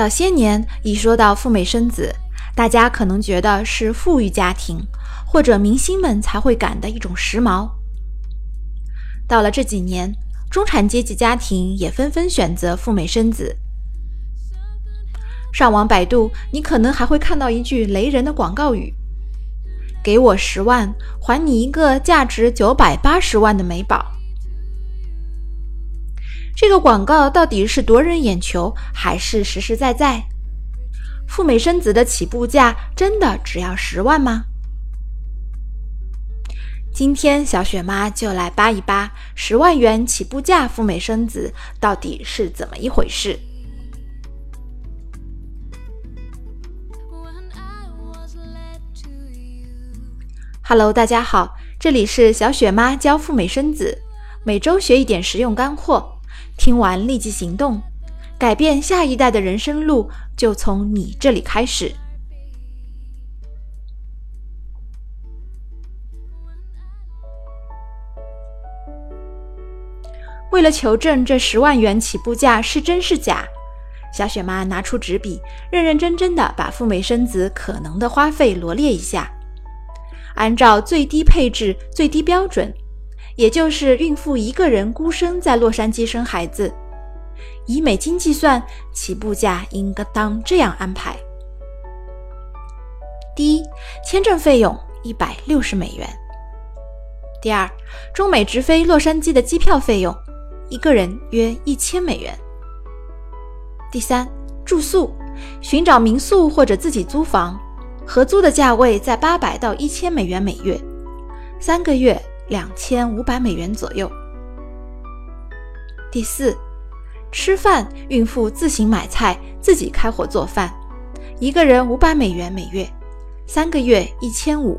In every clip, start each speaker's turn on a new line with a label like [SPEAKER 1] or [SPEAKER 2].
[SPEAKER 1] 早些年一说到赴美生子，大家可能觉得是富裕家庭或者明星们才会赶的一种时髦。到了这几年，中产阶级家庭也纷纷选择赴美生子。上网百度，你可能还会看到一句雷人的广告语：给我10万，还你一个价值980万的美宝。这个广告到底是夺人眼球，还是实实在在？赴美生子的起步价真的只要10万吗？今天小雪妈就来扒一扒10万元起步价赴美生子到底是怎么一回事。Hello， 大家好，这里是小雪妈教赴美生子，每周学一点实用干货，听完立即行动，改变下一代的人生路就从你这里开始。为了求证这10万元起步价是真是假，小雪妈拿出纸笔，认认真真地把赴美生子可能的花费罗列一下。按照最低配置、最低标准，也就是孕妇一个人孤身在洛杉矶生孩子，以美金计算，起步价应当这样安排。第一，签证费用160美元。第二，中美直飞洛杉矶的机票费用，一个人约1000美元。第三，住宿，寻找民宿或者自己租房，合租的价位在800到1000美元每月，3个月2500美元左右。第四，吃饭，孕妇自行买菜，自己开火做饭，一个人500美元每月，3个月1500。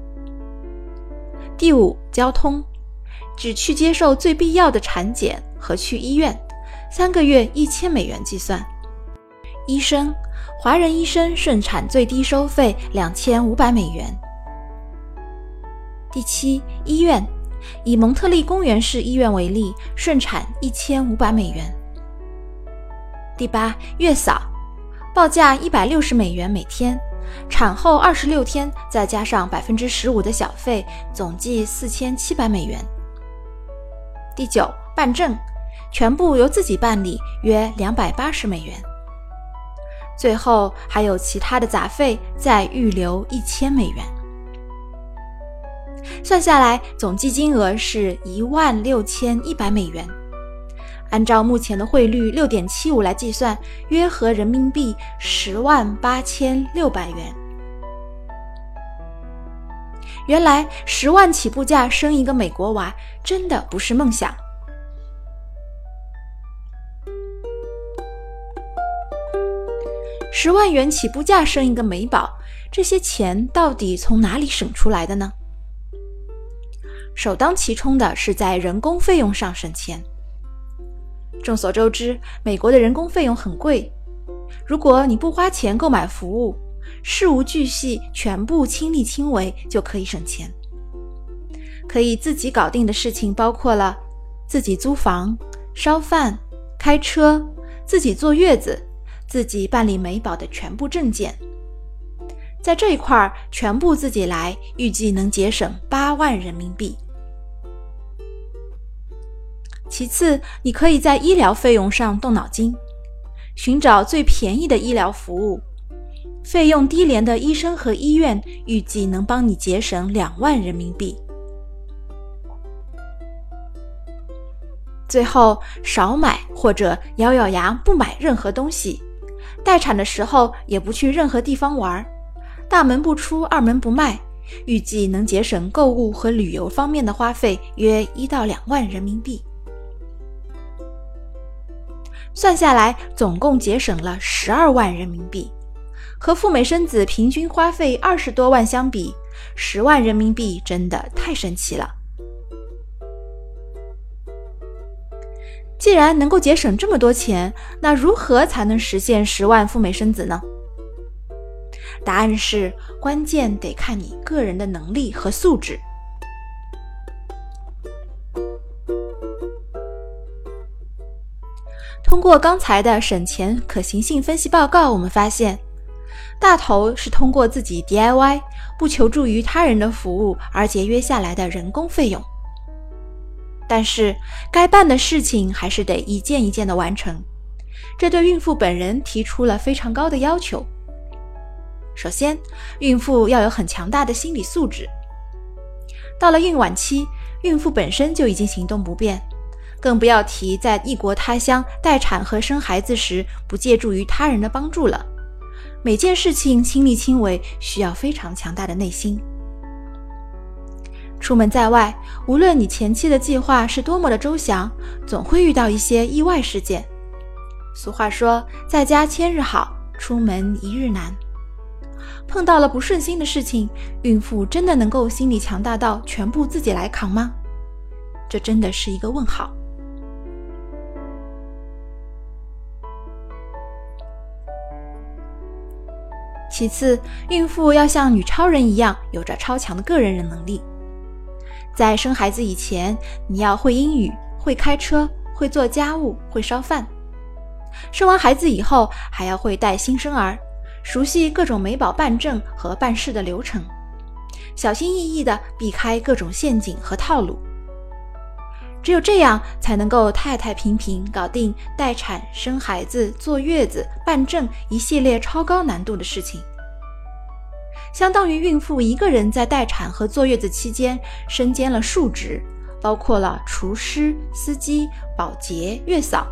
[SPEAKER 1] 第五，交通，只去接受最必要的产检和去医院，3个月1000美元计算。医生，华人医生顺产最低收费2500美元。第七，医院，以蒙特利公园市医院为例，顺产1500美元。第八，月嫂，报价160美元每天，产后26天再加上15%的小费，总计4700美元。第九，办证，全部由自己办理，约280美元。最后还有其他的杂费，再预留1000美元。算下来总计金额是16100美元，按照目前的汇率6.75来计算，约合人民币108600元。原来10万起步价生一个美国娃真的不是梦想。10万元起步价生一个美宝，这些钱到底从哪里省出来的呢？首当其冲的是在人工费用上省钱。众所周知，美国的人工费用很贵，如果你不花钱购买服务，事无巨细全部亲力亲为就可以省钱。可以自己搞定的事情包括了自己租房、烧饭、开车、自己坐月子、自己办理美宝的全部证件。在这一块全部自己来，预计能节省8万人民币。其次，你可以在医疗费用上动脑筋，寻找最便宜的医疗服务，费用低廉的医生和医院预计能帮你节省2万人民币。最后，少买或者咬咬牙不买任何东西，待产的时候也不去任何地方玩，大门不出二门不迈，预计能节省购物和旅游方面的花费约1到2万人民币。算下来总共节省了12万人民币，和赴美生子平均花费20多万相比，10万人民币真的太神奇了。既然能够节省这么多钱，那如何才能实现10万赴美生子呢？答案是，关键得看你个人的能力和素质。 通过刚才的省钱可行性分析报告，我们发现大头是通过自己 DIY 不求助于他人的服务而节约下来的人工费用。但是该办的事情还是得一件一件的完成，这对孕妇本人提出了非常高的要求。首先，孕妇要有很强大的心理素质。到了孕晚期，孕妇本身就已经行动不便，更不要提在异国他乡待产和生孩子时不借助于他人的帮助了。每件事情亲力亲为，需要非常强大的内心。出门在外，无论你前期的计划是多么的周详，总会遇到一些意外事件。俗话说，在家千日好，出门一日难。碰到了不顺心的事情，孕妇真的能够心理强大到全部自己来扛吗？这真的是一个问号。其次，孕妇要像女超人一样，有着超强的个人能力。在生孩子以前，你要会英语，会开车，会做家务，会烧饭。生完孩子以后，还要会带新生儿，熟悉各种美宝办证和办事的流程，小心翼翼地避开各种陷阱和套路。只有这样，才能够太太平平搞定待产、生孩子、坐月子、办证一系列超高难度的事情。相当于孕妇一个人在待产和坐月子期间身兼了数职，包括了厨师、司机、保洁、月嫂。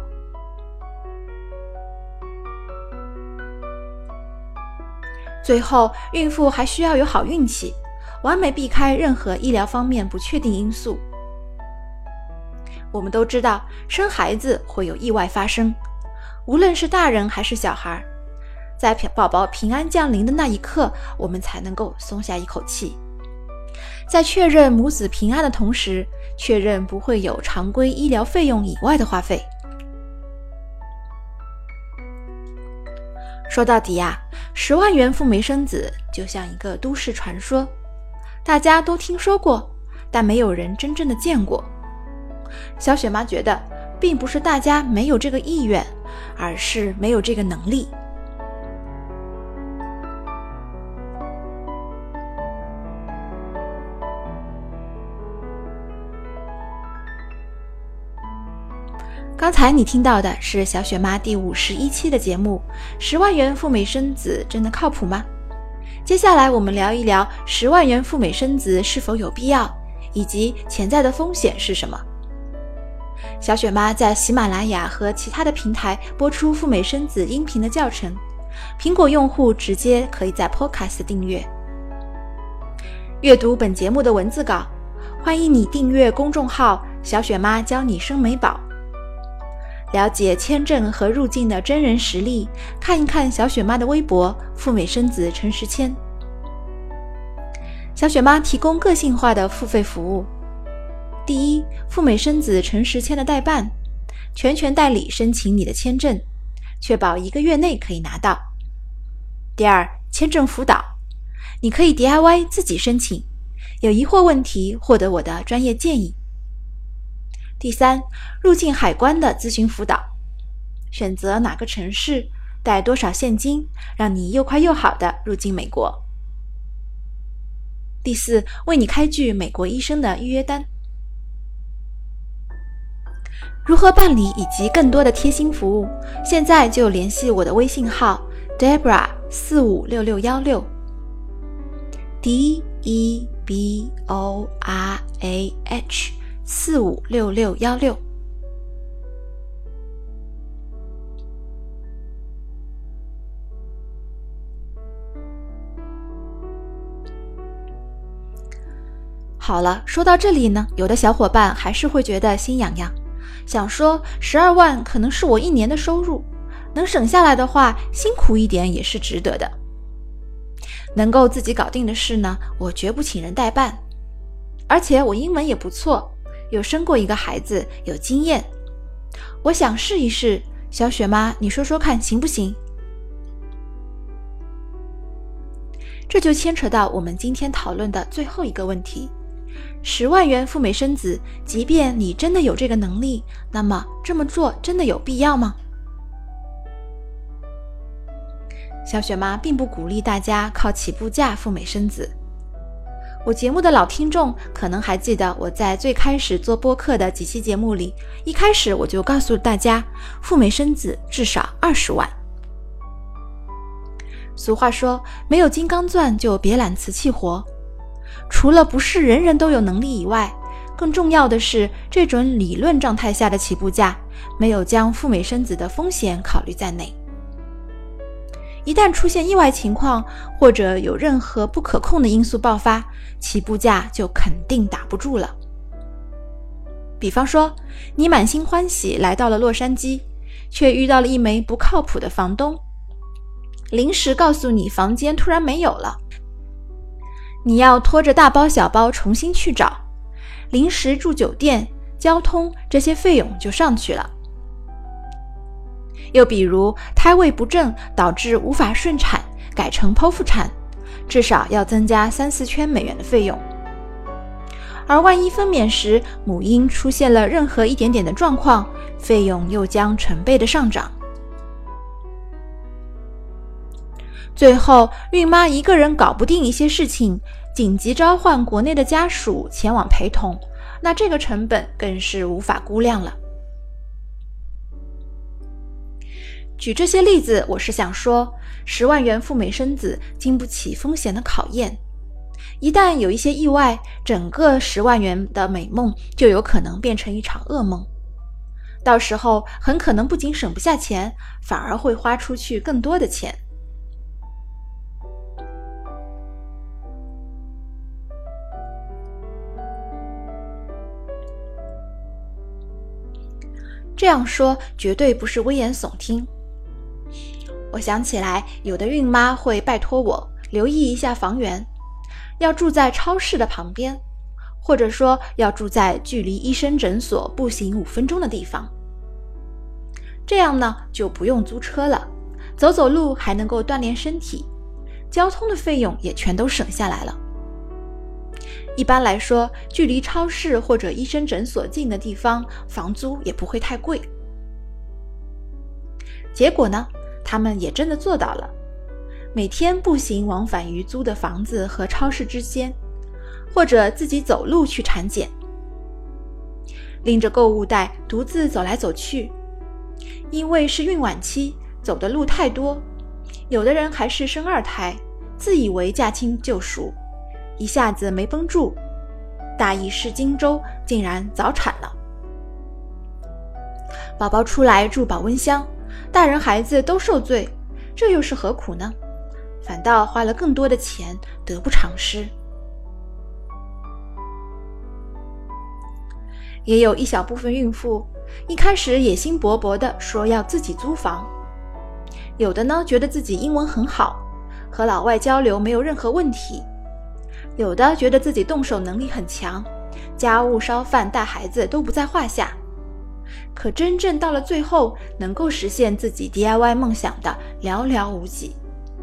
[SPEAKER 1] 最后，孕妇还需要有好运气，完美避开任何医疗方面不确定因素。我们都知道，生孩子会有意外发生，无论是大人还是小孩，在宝宝平安降临的那一刻，我们才能够松下一口气。在确认母子平安的同时，确认不会有常规医疗费用以外的花费。说到底呀，10万元赴美生子就像一个都市传说，大家都听说过，但没有人真正的见过。小雪妈觉得，并不是大家没有这个意愿，而是没有这个能力。刚才你听到的是小雪妈第51期的节目，10万元赴美生子真的靠谱吗？接下来我们聊一聊10万元赴美生子是否有必要，以及潜在的风险是什么。小雪妈在喜马拉雅和其他的平台播出赴美生子音频的教程，苹果用户直接可以在 Podcast 订阅。阅读本节目的文字稿，欢迎你订阅公众号小雪妈教你生美宝。了解签证和入境的真人实例，看一看小雪妈的微博赴美生子陈时签。小雪妈提供个性化的付费服务。第一，赴美生子陈时签的代办，全权代理申请你的签证，确保1个月内可以拿到。第二，签证辅导，你可以 DIY 自己申请，有疑惑问题获得我的专业建议。第三，入境海关的咨询辅导，选择哪个城市，带多少现金，让你又快又好的入境美国。第四，为你开具美国医生的预约单。如何办理以及更多的贴心服务，现在就联系我的微信号 Debra456616 DEBORAH456616。好了，说到这里呢，有的小伙伴还是会觉得心痒痒，想说12万可能是我1年的收入，能省下来的话，辛苦一点也是值得的。能够自己搞定的事呢，我绝不请人代办。而且我英文也不错，有生过一个孩子，有经验。我想试一试，小雪妈，你说说看行不行？这就牵扯到我们今天讨论的最后一个问题：10万元赴美生子，即便你真的有这个能力，那么这么做真的有必要吗？ 小雪妈并不鼓励大家靠起步价赴美生子。我节目的老听众可能还记得，我在最开始做播客的几期节目里，一开始我就告诉大家，赴美生子至少20万。俗话说，没有金刚钻就别揽瓷器活。除了不是人人都有能力以外，更重要的是，这种理论状态下的起步价没有将赴美生子的风险考虑在内。一旦出现意外情况，或者有任何不可控的因素爆发，起步价就肯定打不住了。比方说，你满心欢喜来到了洛杉矶，却遇到了一枚不靠谱的房东，临时告诉你房间突然没有了，你要拖着大包小包重新去找，临时住酒店、交通这些费用就上去了。又比如胎位不正导致无法顺产，改成剖腹产，至少要增加3-4千美元的费用。而万一分娩时母婴出现了任何一点点的状况，费用又将成倍的上涨。最后孕妈一个人搞不定一些事情，紧急召唤国内的家属前往陪同，那这个成本更是无法估量了。举这些例子，我是想说，10万元赴美生子经不起风险的考验。一旦有一些意外，整个10万元的美梦就有可能变成一场噩梦。到时候很可能不仅省不下钱，反而会花出去更多的钱。这样说绝对不是危言耸听。我想起来，有的孕妈会拜托我留意一下房源，要住在超市的旁边，或者说要住在距离医生诊所步行5分钟的地方。这样呢，就不用租车了，走走路还能够锻炼身体，交通的费用也全都省下来了。一般来说，距离超市或者医生诊所近的地方，房租也不会太贵。结果呢，他们也真的做到了，每天步行往返于租的房子和超市之间，或者自己走路去产检，拎着购物袋独自走来走去。因为是孕晚期，走的路太多，有的人还是生2胎，自以为驾轻就熟，一下子没绷住，大意失荆州，竟然早产了。宝宝出来住保温箱，大人孩子都受罪，这又是何苦呢？反倒花了更多的钱，得不偿失。也有一小部分孕妇一开始野心勃勃地说要自己租房，有的呢觉得自己英文很好，和老外交流没有任何问题，有的觉得自己动手能力很强，家务烧饭带孩子都不在话下。可真正到了最后，能够实现自己 DIY 梦想的寥寥无几。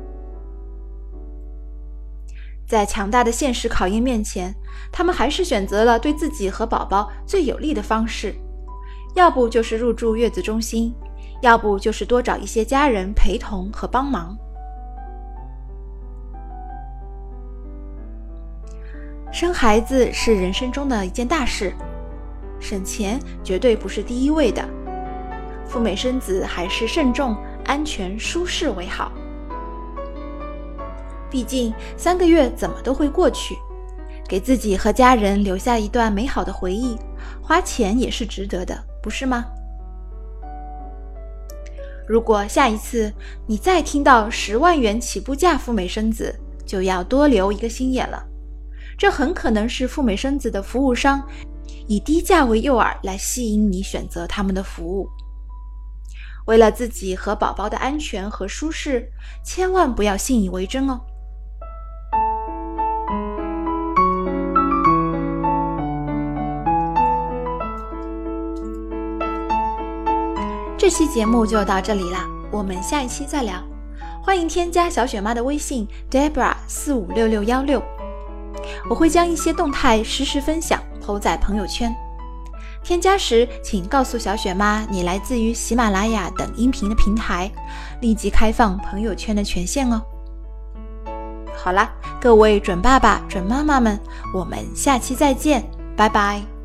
[SPEAKER 1] 在强大的现实考验面前，他们还是选择了对自己和宝宝最有利的方式，要不就是入住月子中心，要不就是多找一些家人陪同和帮忙。生孩子是人生中的一件大事，省钱绝对不是第一位的，赴美生子还是慎重、安全、舒适为好。毕竟3个月怎么都会过去，给自己和家人留下一段美好的回忆，花钱也是值得的，不是吗？如果下一次你再听到10万元起步价赴美生子，就要多留一个心眼了，这很可能是赴美生子的服务商以低价为诱饵来吸引你选择他们的服务。为了自己和宝宝的安全和舒适，千万不要信以为真哦。这期节目就到这里啦，我们下一期再聊。欢迎添加小雪妈的微信 Debra456616，我会将一些动态实时分享，PO在朋友圈。 添加时请告诉小雪妈你来自于喜马拉雅等音频的平台，立即开放朋友圈的权限哦。好啦，各位准爸爸、准妈妈们，我们下期再见，拜拜。